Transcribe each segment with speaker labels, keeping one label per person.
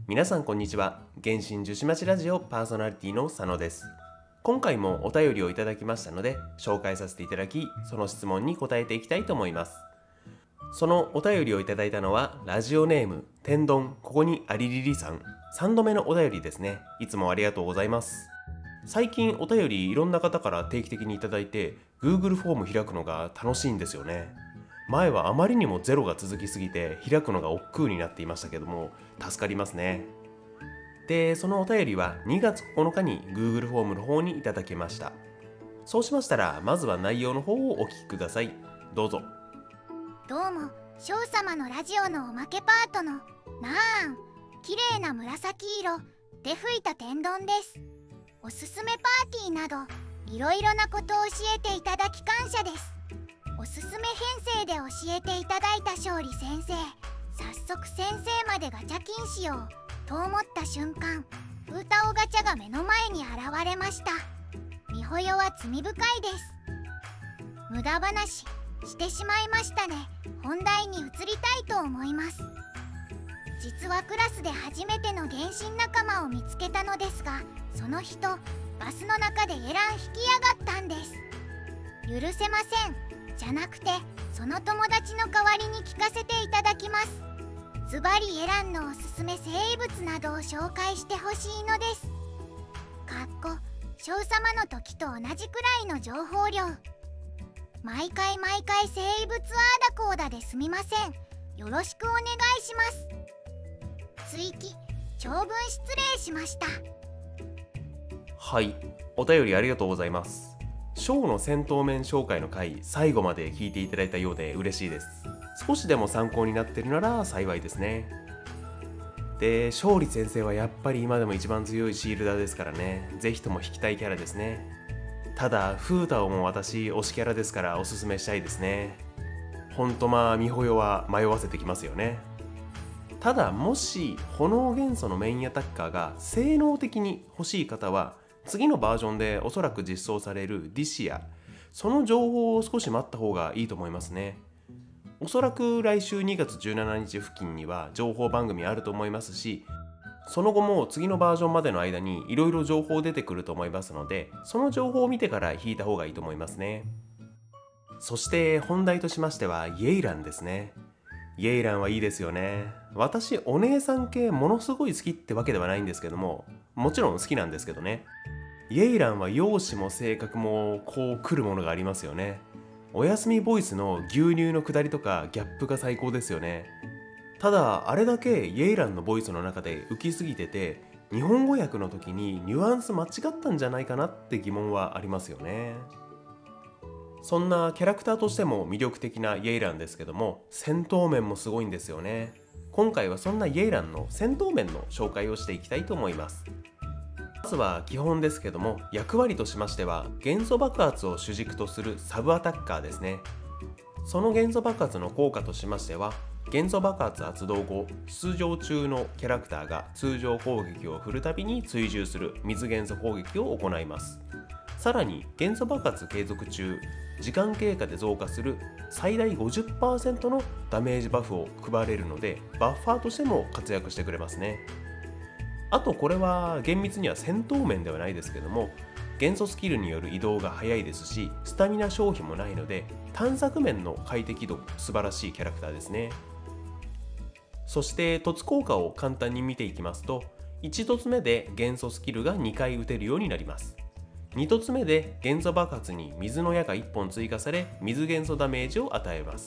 Speaker 1: 皆さんこんにちは。原神樹脂町ラジオパーソナリティの佐野です。今回もお便りをいただきましたので紹介させていただき、その質問に答えていきたいと思います。そのお便りをいただいたのはラジオネーム天丼ここにありりりさん、3度目のお便りですね。いつもありがとうございます。最近お便りいろんな方から定期的にいただいて Google フォーム開くのが楽しいんですよね。前はあまりにもゼロが続きすぎて開くのが億劫になっていましたけども、助かりますね。で、そのお便りは2月9日に Google フォームの方にいただきました。そうしましたらまずは内容の方をお聞きください。どうぞ。
Speaker 2: どうも、翔様のラジオのおまけパートのなーん、綺麗な紫色で吹いた天丼です。おすすめパーティーなどいろいろなことを教えていただき感謝です。おすすめ編成で教えていただいた勝利先生、早速先生までガチャ禁しようと思った瞬間、風太王ガチャが目の前に現れました。みほよは罪深いです。無駄話してしまいましたね。本題に移りたいと思います。実はクラスで初めての原神仲間を見つけたのですが、その人バスの中でエラン引きやがったんです。許せませんじゃなくて、その友達の代わりに聞かせていただきます。ズバリエランのおすすめ生物などを紹介してほしいのです。翔様の時と同じくらいの情報量。毎回生物あーだこーだですみません。よろしくお願いします。追記長文失礼しました。
Speaker 1: はい、お便りありがとうございます。ショーの戦闘面紹介の回、最後まで聞いていただいたようで嬉しいです。少しでも参考になっているなら幸いですね。で、勝利先生はやっぱり今でも一番強いシールダーですからね、ぜひとも引きたいキャラですね。ただ風太王も私推しキャラですからおすすめしたいですね。ほんとみほよは迷わせてきますよね。ただもし炎元素のメインアタッカーが性能的に欲しい方は、次のバージョンでおそらく実装されるディシア、その情報を少し待った方がいいと思いますね。おそらく来週2月17日付近には情報番組あると思いますし、その後も次のバージョンまでの間にいろいろ情報出てくると思いますので、その情報を見てから引いた方がいいと思いますね。そして本題としましてはイエイランですね。イエイランはいいですよね。私お姉さん系ものすごい好きってわけではないんですけども、もちろん好きなんですけどね。イエイランは容姿も性格もこう来るものがありますよね。おやすみボイスの牛乳の下りとかギャップが最高ですよね。ただあれだけイエイランのボイスの中で浮きすぎてて、日本語訳の時にニュアンス間違ったんじゃないかなって疑問はありますよね。そんなキャラクターとしても魅力的なイエイランですけども、戦闘面もすごいんですよね。今回はそんなイエイランの戦闘面の紹介をしていきたいと思います。まずは基本ですけども、役割としましては元素爆発を主軸とするサブアタッカーですね。その元素爆発の効果としましては、元素爆発発動後出場中のキャラクターが通常攻撃を振るたびに追従する水元素攻撃を行います。さらに元素爆発継続中、時間経過で増加する最大 50% のダメージバフを配れるので、バッファーとしても活躍してくれますね。あとこれは厳密には戦闘面ではないですけども、元素スキルによる移動が速いですし、スタミナ消費もないので探索面の快適度も素晴らしいキャラクターですね。そして凸効果を簡単に見ていきますと、1凸目で元素スキルが2回打てるようになります。2凸目で元素爆発に水の矢が1本追加され、水元素ダメージを与えます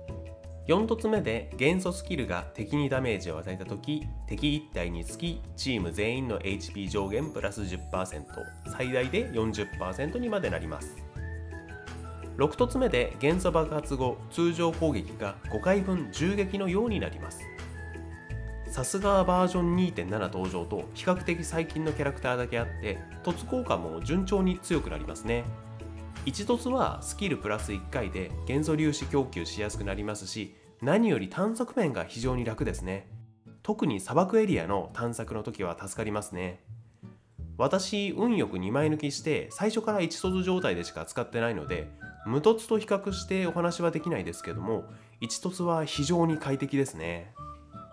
Speaker 1: 。4凸目で元素スキルが敵にダメージを与えたとき、敵1体につきチーム全員の HP 上限プラス 10%、最大で 40% にまでなります。6凸目で元素爆発後、通常攻撃が5回分銃撃のようになります。さすがバージョン 2.7 登場と比較的最近のキャラクターだけあって、凸効果も順調に強くなりますね。1凸はスキルプラス1回で元素粒子供給しやすくなりますし、何より探索面が非常に楽ですね。特に砂漠エリアの探索の時は助かりますね。私運よく2枚抜きして最初から1凸状態でしか使ってないので、無凸と比較してお話はできないですけども、1凸は非常に快適ですね。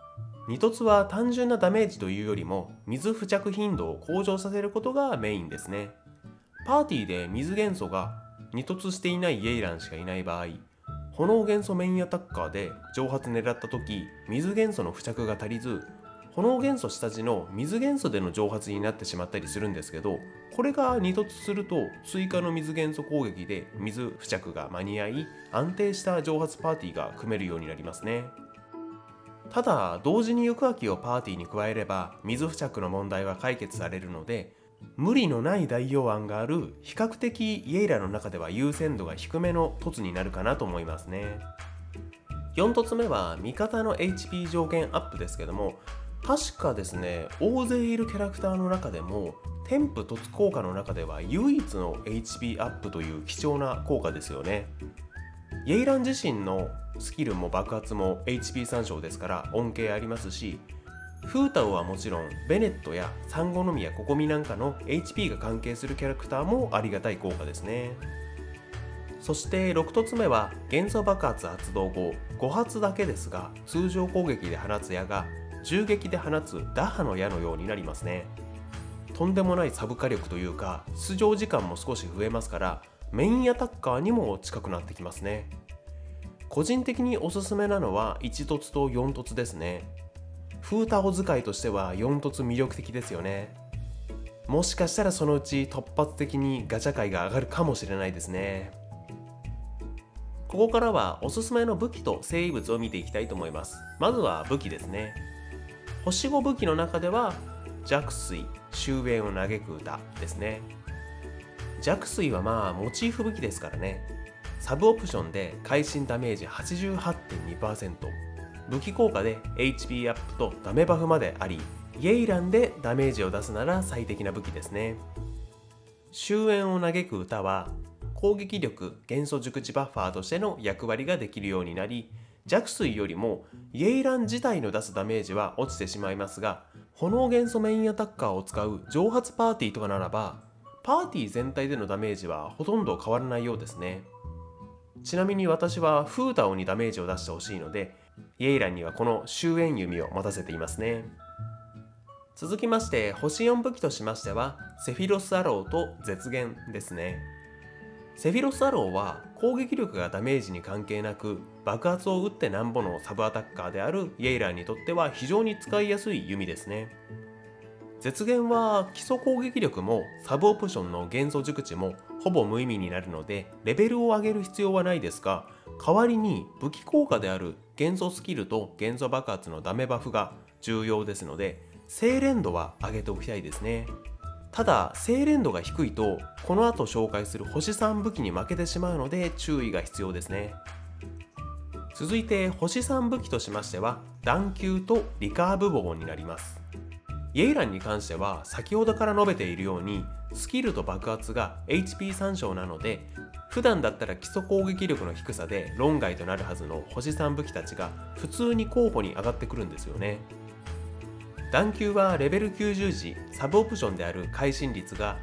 Speaker 1: 2凸は単純なダメージというよりも水付着頻度を向上させることがメインですね。パーティーで水元素が2凸していないイエイランしかいない場合、炎元素メインアタッカーで蒸発狙った時、水元素の付着が足りず、炎元素下地の水元素での蒸発になってしまったりするんですけど、これが2凸すると追加の水元素攻撃で水付着が間に合い、安定した蒸発パーティーが組めるようになりますね。ただ同時に行く秋をパーティーに加えれば水付着の問題は解決されるので、無理のない代用案がある比較的イエイラの中では優先度が低めの凸になるかなと思いますね。4凸目は味方の HP 上限アップですけども、確かですね、大勢いるキャラクターの中でも添付凸効果の中では唯一の HP アップという貴重な効果ですよね。イエイラン自身のスキルも爆発も HP 参照ですから恩恵ありますし、フータオはもちろんベネットやサンゴノミやココミなんかの HP が関係するキャラクターもありがたい効果ですね。そして6凸目は元素爆発発動後5発だけですが、通常攻撃で放つ矢が銃撃で放つ打破の矢のようになりますね。とんでもないサブ火力というか出場時間も少し増えますから、メインアタッカーにも近くなってきますね。個人的におすすめなのは1凸と4凸ですね。フータオ使いとしては4凸魅力的ですよね。もしかしたらそのうち突発的にガチャ界が上がるかもしれないですね。ここからはおすすめの武器と生物を見ていきたいと思います。まずは武器ですね。星5武器の中では弱水、終焉を嘆く歌ですね。弱水はモチーフ武器ですからね。サブオプションで会心ダメージ 88.2%、 武器効果で HP アップとダメバフまであり、イエイランでダメージを出すなら最適な武器ですね。終焉を嘆く歌は攻撃力元素熟知バッファーとしての役割ができるようになり、弱水よりもイエイラン自体の出すダメージは落ちてしまいますが、炎元素メインアタッカーを使う蒸発パーティーとかならばパーティー全体でのダメージはほとんど変わらないようですね。ちなみに私はフータオにダメージを出してほしいので、イエイランにはこの終焉弓を持たせていますね。続きまして星4武器としましてはセフィロスアローと絶弦ですね。セフィロスアローは攻撃力がダメージに関係なく爆発を打ってなんぼのサブアタッカーであるイエイランにとっては非常に使いやすい弓ですね。絶弦は基礎攻撃力もサブオプションの元素熟知もほぼ無意味になるのでレベルを上げる必要はないですが、代わりに武器効果である元素スキルと元素爆発のダメバフが重要ですので、精錬度は上げておきたいですね。ただ精錬度が低いとこの後紹介する星3武器に負けてしまうので注意が必要ですね。続いて星3武器としましては弾弓とリカーブ棒になります。イエイランに関しては先ほどから述べているようにスキルと爆発が HP 参照なので、普段だったら基礎攻撃力の低さで論外となるはずの星3武器たちが普通に候補に上がってくるんですよね。弾弓はレベル90時サブオプションである会心率が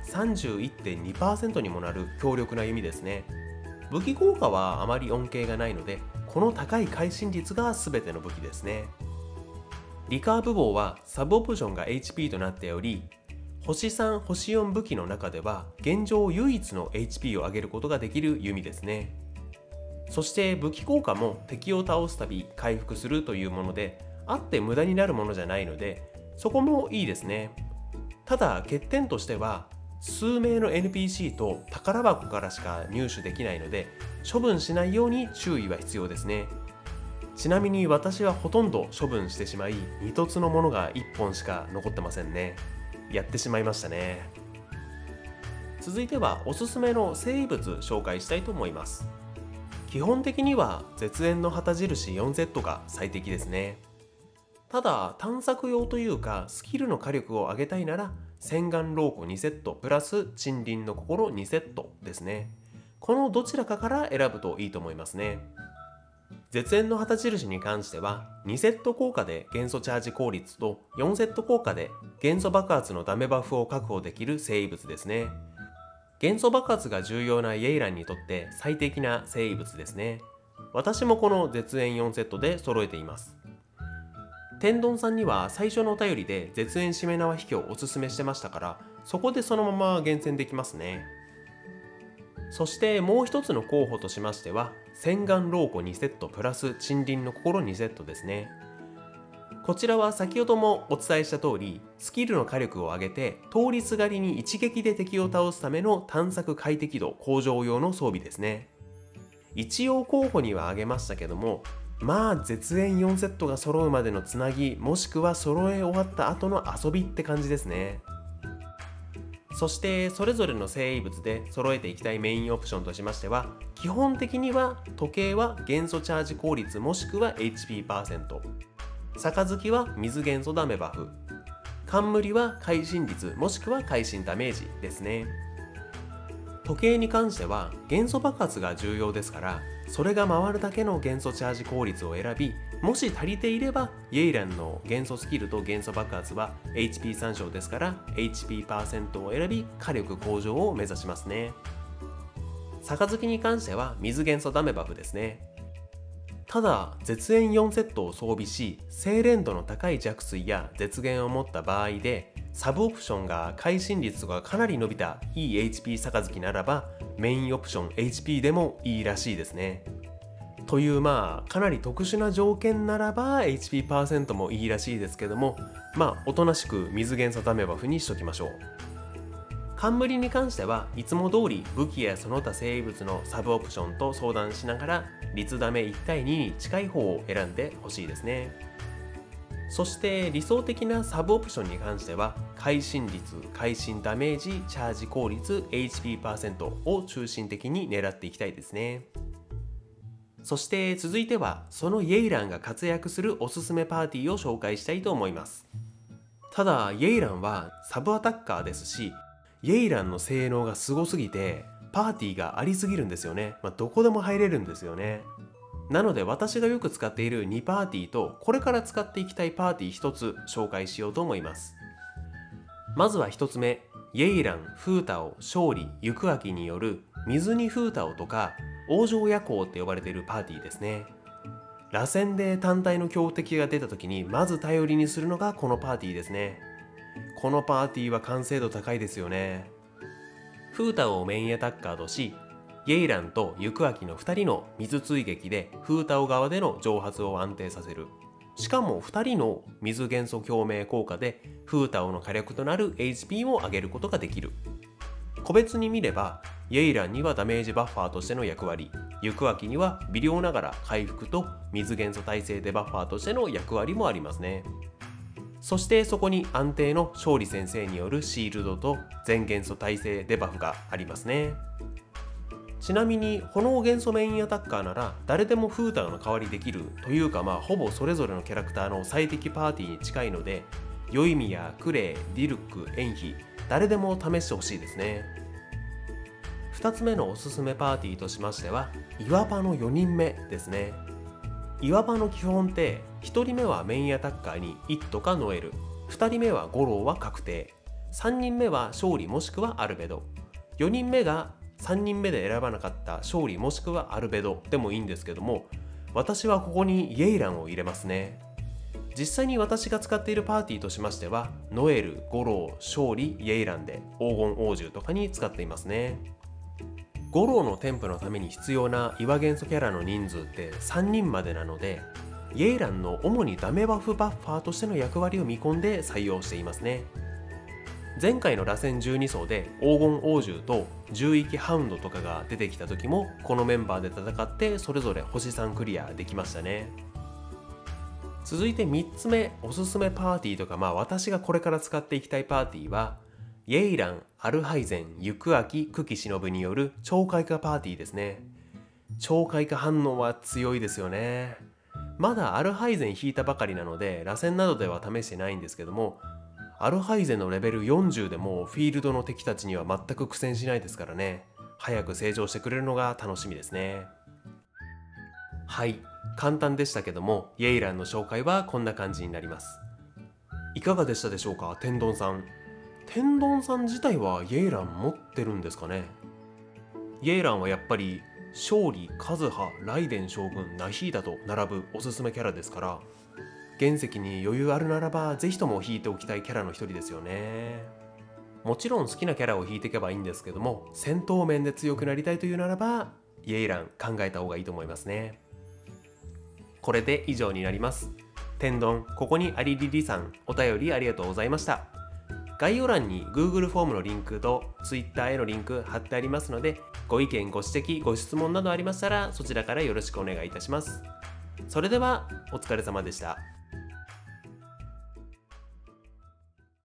Speaker 1: 31.2% にもなる強力な弓ですね。武器効果はあまり恩恵がないので、この高い会心率が全ての武器ですね。リカーブ棒はサブオプションが HP となっており、星3、星4武器の中では現状唯一の HP を上げることができる弓ですね。そして武器効果も敵を倒すたび回復するというもので、あって無駄になるものじゃないのでそこもいいですね。ただ欠点としては数名の NPC と宝箱からしか入手できないので処分しないように注意は必要ですね。ちなみに私はほとんど処分してしまい2凸のものが1本しか残ってませんね。やってしまいましたね。続いてはおすすめの生物紹介したいと思います。基本的には絶縁の旗印 4Z が最適ですね。ただ探索用というかスキルの火力を上げたいなら洗顔ローコ2セットプラス鎮輪の心2セットですね。このどちらかから選ぶといいと思いますね。絶縁の旗印に関しては2セット効果で元素チャージ効率と4セット効果で元素爆発のダメバフを確保できる生物ですね。元素爆発が重要なイエイランにとって最適な生物ですね。私もこの絶縁4セットで揃えています。 天丼さんには最初のお便りで絶縁しめ縄引きをおすすめしてましたから、そこでそのまま厳選できますね。そしてもう一つの候補としましては、洗顔ローコ2セットプラス森林の心2セットですね。こちらは先ほどもお伝えした通り、スキルの火力を上げて通りすがりに一撃で敵を倒すための探索快適度向上用の装備ですね。一応候補には挙げましたけども、まあ絶縁4セットが揃うまでのつなぎ、もしくは揃え終わった後の遊びって感じですね。そしてそれぞれの生物で揃えていきたいメインオプションとしましては、基本的には時計は元素チャージ効率もしくは HP%、杯は水元素ダメバフ、冠は会心率もしくは会心ダメージですね。時計に関しては元素爆発が重要ですから、それが回るだけの元素チャージ効率を選び、もし足りていればイェイランの元素スキルと元素爆発は HP 参照ですから HP% を選び火力向上を目指しますね。杯に関しては水元素ダメバフですね。ただ絶縁4セットを装備し、精錬度の高い弱水や絶源を持った場合でサブオプションが会心率がかなり伸びたいい HP 杯ならば、メインオプション HP でもいいらしいですね。というかなり特殊な条件ならば HP% もいいらしいですけども、おとなしく水元素ダメバフにしときましょう。冠に関してはいつも通り武器やその他生物のサブオプションと相談しながら率ダメ1対2に近い方を選んでほしいですね。そして理想的なサブオプションに関しては会心率、会心ダメージ、チャージ効率、HP% を中心的に狙っていきたいですね。そして続いてはそのイェイランが活躍するおすすめパーティーを紹介したいと思います。ただイェイランはサブアタッカーですし、イェイランの性能がすごすぎてパーティーがありすぎるんですよね。どこでも入れるんですよね。なので私がよく使っている2パーティーとこれから使っていきたいパーティー1つ紹介しようと思います。まずは1つ目、イェイラン、フータオ、勝利、行く秋による水にフータオとか王城夜行って呼ばれているパーティーですね。螺旋で単体の強敵が出た時にまず頼りにするのがこのパーティーですね。このパーティーは完成度高いですよね。フータオをメインアタッカーとし、イェイランと行く秋の2人の水追撃でフータオ側での蒸発を安定させる。しかも2人の水元素共鳴効果でフータオの火力となる HP も上げることができる。個別に見ればイェイランにはダメージバッファーとしての役割、行く秋には微量ながら回復と水元素耐性デバッファーとしての役割もありますね。そしてそこに安定の勝利先生によるシールドと全元素耐性デバフがありますね。ちなみに炎元素メインアタッカーなら誰でもフーターの代わりできるというか、ほぼそれぞれのキャラクターの最適パーティーに近いので、ヨイミやクレイ、ディルック、エンヒ、誰でも試してほしいですね。2つ目のおすすめパーティーとしましては岩場の4人目ですね。岩場の基本って1人目はメインアタッカーにイットかノエル、2人目はゴローは確定、3人目は勝利もしくはアルベド、4人目が3人目で選ばなかった勝利もしくはアルベドでもいいんですけども、私はここにイェイランを入れますね。実際に私が使っているパーティーとしましてはノエル、ゴロー、勝利、イェイランで黄金王獣とかに使っていますね。ゴローの添付のために必要な岩元素キャラの人数って3人までなので、イェイランの主にダメバフバッファーとしての役割を見込んで採用していますね。前回の螺旋12層で黄金王獣と獣域ハウンドとかが出てきた時もこのメンバーで戦ってそれぞれ星3クリアできましたね。続いて3つ目、おすすめパーティーとか私がこれから使っていきたいパーティーはイェイラン、アルハイゼン、行く秋、久喜忍による超開花パーティーですね。超開花反応は強いですよね。まだアルハイゼン引いたばかりなので螺旋などでは試してないんですけども、アルハイゼンのレベル40でもフィールドの敵たちには全く苦戦しないですからね。早く成長してくれるのが楽しみですね。はい、簡単でしたけどもイェイランの紹介はこんな感じになります。いかがでしたでしょうか。天丼さん自体はイェイラン持ってるんですかね。イェイランはやっぱり勝利、カズハ、ライデン将軍、ナヒーダと並ぶおすすめキャラですから、 原石に余裕あるならばぜひとも引いておきたいキャラの一人ですよね。もちろん好きなキャラを引いていけばいいんですけども、戦闘面で強くなりたいというならばイエイラン考えた方がいいと思いますね。これで以上になります。天丼ここにありりりさん、お便りありがとうございました。概要欄に Google フォームのリンクと Twitter へのリンク貼ってありますので、ご意見ご指摘ご質問などありましたらそちらからよろしくお願いいたします。それではお疲れ様でした。